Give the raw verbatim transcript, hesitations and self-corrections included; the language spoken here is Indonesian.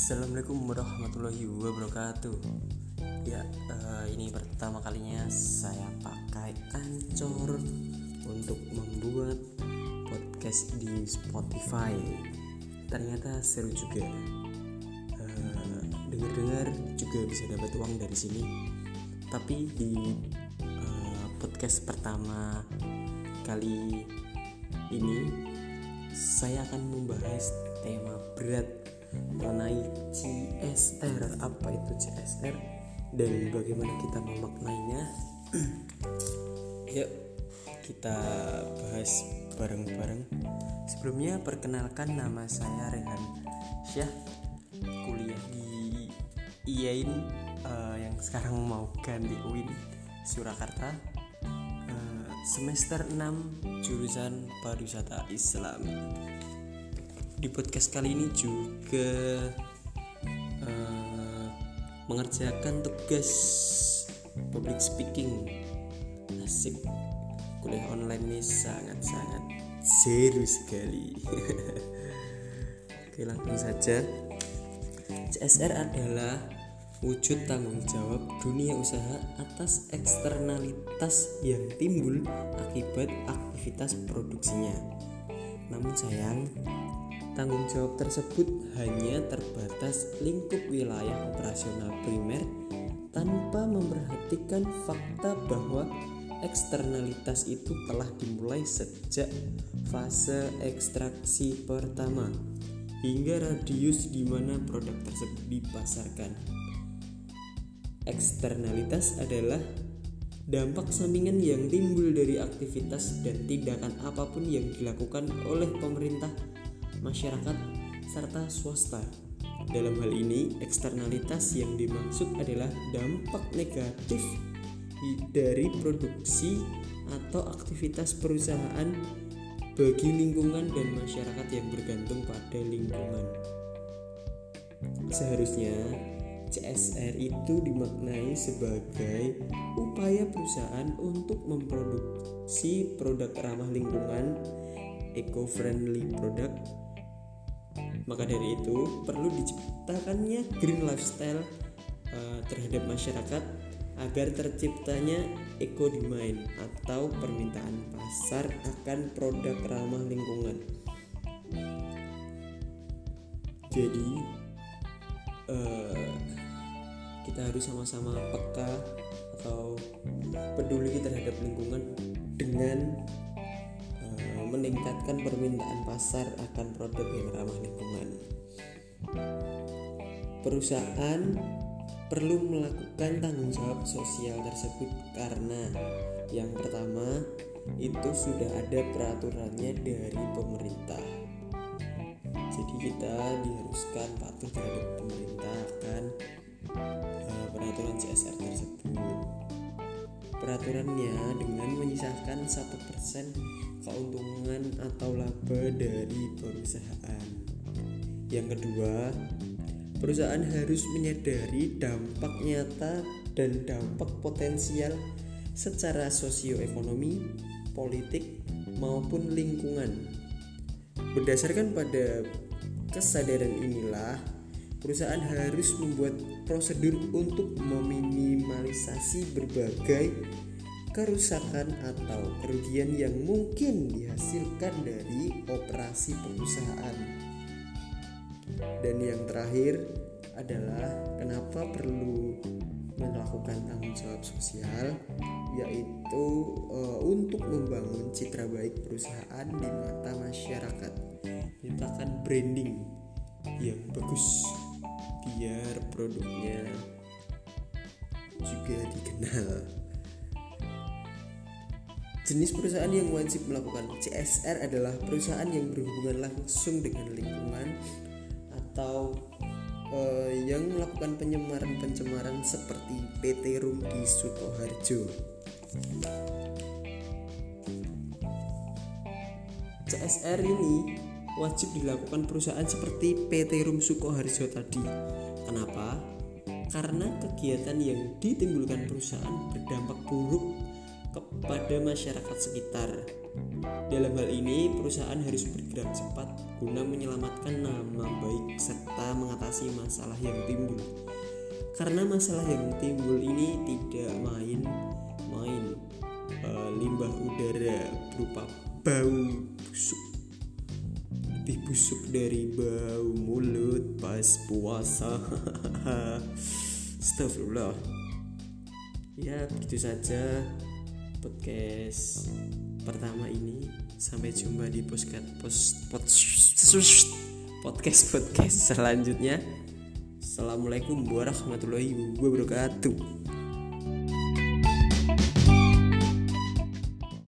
Assalamualaikum warahmatullahi wabarakatuh. Ya, uh, ini pertama kalinya saya pakai Anchor untuk membuat podcast di Spotify. Ternyata seru juga. Uh, dengar-dengar juga bisa dapat uang dari sini. Tapi di uh, podcast pertama kali ini saya akan membahas tema berat mengenai C S R. Apa itu C S R dan bagaimana kita memaknainya? Yuk kita bahas bareng-bareng. Sebelumnya perkenalkan, nama saya Rehan Syah, kuliah di I A I N uh, yang sekarang mau ganti U I N Surakarta, uh, semester enam jurusan pariwisata Islam. Di podcast kali ini juga uh, mengerjakan tugas public speaking. Asik, kuliah online ini sangat-sangat seru sekali. Oke, langsung saja. C S R adalah wujud tanggung jawab dunia usaha atas eksternalitas yang timbul akibat aktivitas produksinya. Namun sayang, tanggung jawab tersebut hanya terbatas lingkup wilayah operasional primer tanpa memperhatikan fakta bahwa eksternalitas itu telah dimulai sejak fase ekstraksi pertama hingga radius di mana produk tersebut dipasarkan. Eksternalitas adalah dampak sampingan yang timbul dari aktivitas dan tindakan apapun yang dilakukan oleh pemerintah, masyarakat, serta swasta. Dalam hal ini, eksternalitas yang dimaksud adalah dampak negatif dari produksi atau aktivitas perusahaan bagi lingkungan dan masyarakat yang bergantung pada lingkungan. Seharusnya C S R itu dimaknai sebagai upaya perusahaan untuk memproduksi produk ramah lingkungan, eco-friendly product. Maka dari itu perlu diciptakannya green lifestyle uh, terhadap masyarakat agar terciptanya eco demand atau permintaan pasar akan produk ramah lingkungan. Jadi uh, kita harus sama-sama peka atau peduli terhadap lingkungan dengan meningkatkan permintaan pasar akan produk yang ramah lingkungan. Perusahaan perlu melakukan tanggung jawab sosial tersebut karena yang pertama itu sudah ada peraturannya dari pemerintah. Jadi kita diharuskan patuh terhadap pemerintah akan uh, peraturan C S R tersebut. Peraturannya dengan menyisakan satu persen keuntungan atau laba dari perusahaan. Yang kedua, perusahaan harus menyadari dampak nyata dan dampak potensial secara sosioekonomi, politik, maupun lingkungan. Berdasarkan pada kesadaran inilah, perusahaan harus membuat prosedur untuk meminimalisasi berbagai kerusakan atau kerugian yang mungkin dihasilkan dari operasi perusahaan. Dan yang terakhir adalah kenapa perlu melakukan tanggung jawab sosial, yaitu e, untuk membangun citra baik perusahaan di mata masyarakat, menciptakan branding yang bagus biar produknya juga dikenal. Jenis perusahaan yang wajib melakukan C S R adalah perusahaan yang berhubungan langsung dengan lingkungan atau uh, yang melakukan penyemaran-pencemaran seperti P T Rum di Sukoharjo. C S R ini wajib dilakukan perusahaan seperti P T Rum Sukoharjo tadi. Kenapa? Karena kegiatan yang ditimbulkan perusahaan berdampak buruk kepada masyarakat sekitar. Dalam hal ini, perusahaan harus bergerak cepat guna menyelamatkan nama baik serta mengatasi masalah yang timbul. Karena masalah yang timbul ini tidak main-main. E, limbah udara berupa bau busuk, lebih busuk dari bau mulut pas puasa. Astagfirullah. Ya, begitu saja podcast pertama ini. Sampai jumpa di podcast post, post, podcast podcast selanjutnya. Assalamualaikum warahmatullahi wabarakatuh.